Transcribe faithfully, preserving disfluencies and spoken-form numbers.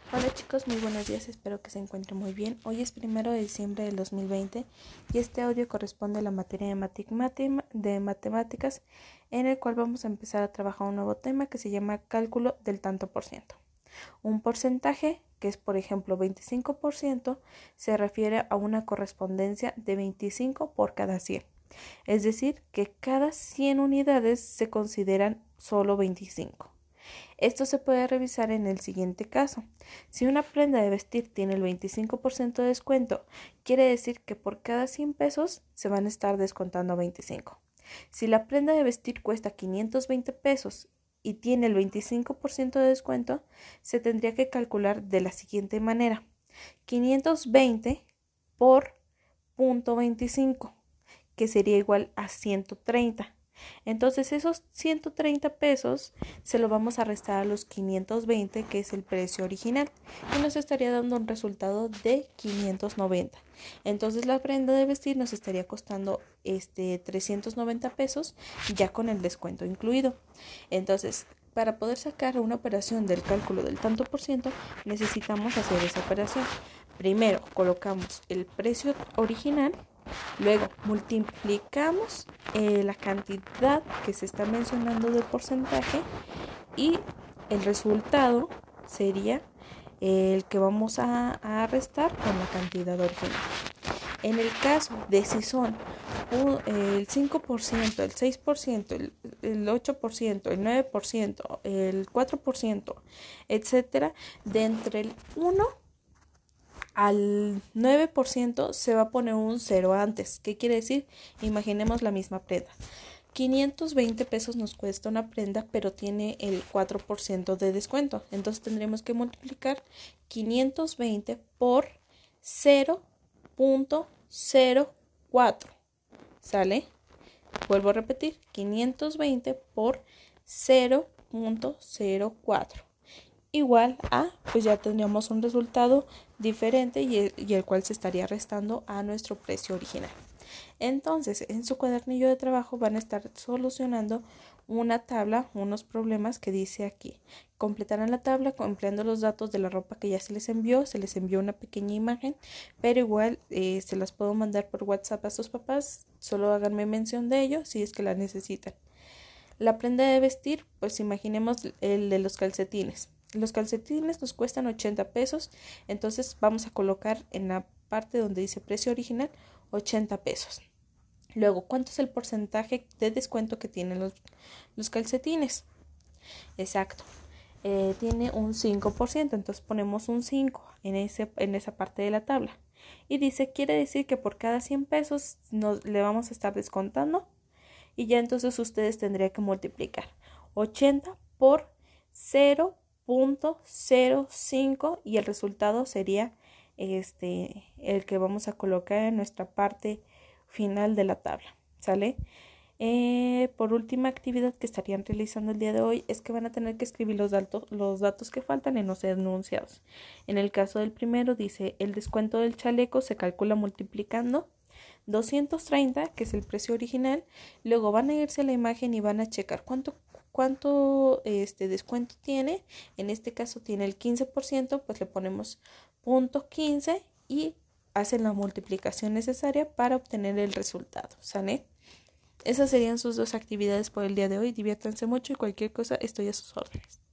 Hola chicos, muy buenos días, espero que se encuentren muy bien. Hoy es primero de diciembre del dos mil veinte y este audio corresponde a la materia de, matem- de matemáticas, en el cual vamos a empezar a trabajar un nuevo tema que se llama cálculo del tanto por ciento. Un porcentaje, que es por ejemplo veinticinco por ciento, se refiere a una correspondencia de veinticinco por cada cien. Es decir, que cada cien unidades se consideran solo veinticinco. Esto se puede revisar en el siguiente caso. Si una prenda de vestir tiene el veinticinco por ciento de descuento, quiere decir que por cada cien pesos se van a estar descontando veinticinco. Si la prenda de vestir cuesta quinientos veinte pesos y tiene el veinticinco por ciento de descuento, se tendría que calcular de la siguiente manera: quinientos veinte por punto veinticinco, que sería igual a ciento treinta. Entonces esos ciento treinta pesos se lo vamos a restar a los quinientos veinte, que es el precio original, y nos estaría dando un resultado de quinientos noventa. Entonces la prenda de vestir nos estaría costando este trescientos noventa pesos, ya con el descuento incluido. Entonces, para poder sacar una operación del cálculo del tanto por ciento, necesitamos hacer esa operación. Primero colocamos el precio original. Luego multiplicamos eh, la cantidad que se está mencionando del porcentaje y el resultado sería el que vamos a, a restar con la cantidad original. En el caso de si son un, el cinco por ciento, el seis por ciento, el, el ocho por ciento, el nueve por ciento, el cuatro por ciento, etcétera, de entre el uno al nueve por ciento se va a poner un cero antes. ¿Qué quiere decir? Imaginemos la misma prenda. quinientos veinte pesos nos cuesta una prenda, pero tiene el cuatro por ciento de descuento. Entonces tendremos que multiplicar quinientos veinte por cero punto cero cuatro. ¿Sale? Vuelvo a repetir, quinientos veinte por cero punto cero cuatro. Igual a, pues ya tendríamos un resultado diferente y el, y el cual se estaría restando a nuestro precio original. Entonces, en su cuadernillo de trabajo van a estar solucionando una tabla, unos problemas que dice aquí. Completarán la tabla empleando los datos de la ropa que ya se les envió. Se les envió una pequeña imagen, pero igual eh, se las puedo mandar por WhatsApp a sus papás. Solo háganme mención de ello si es que la necesitan. La prenda de vestir, pues imaginemos el de los calcetines. Los calcetines nos cuestan ochenta pesos, entonces vamos a colocar en la parte donde dice precio original ochenta pesos. Luego, ¿cuánto es el porcentaje de descuento que tienen los, los calcetines? Exacto, eh, tiene un cinco por ciento, entonces ponemos un cinco en, ese, en esa parte de la tabla. Y dice, quiere decir que por cada cien pesos nos, le vamos a estar descontando. Y ya entonces ustedes tendrían que multiplicar ochenta por cero punto cero cinco y el resultado sería este el que vamos a colocar en nuestra parte final de la tabla. ¿Sale? Eh, por última actividad que estarían realizando el día de hoy es que van a tener que escribir los datos, los datos que faltan en los enunciados. En el caso del primero dice, el descuento del chaleco se calcula multiplicando doscientos treinta, que es el precio original. Luego van a irse a la imagen y van a checar cuánto cuánto este descuento tiene. En este caso tiene el quince por ciento, pues le ponemos punto quince y hacen la multiplicación necesaria para obtener el resultado. ¿Sale? Esas serían sus dos actividades por el día de hoy. Diviértanse mucho y cualquier cosa estoy a sus órdenes.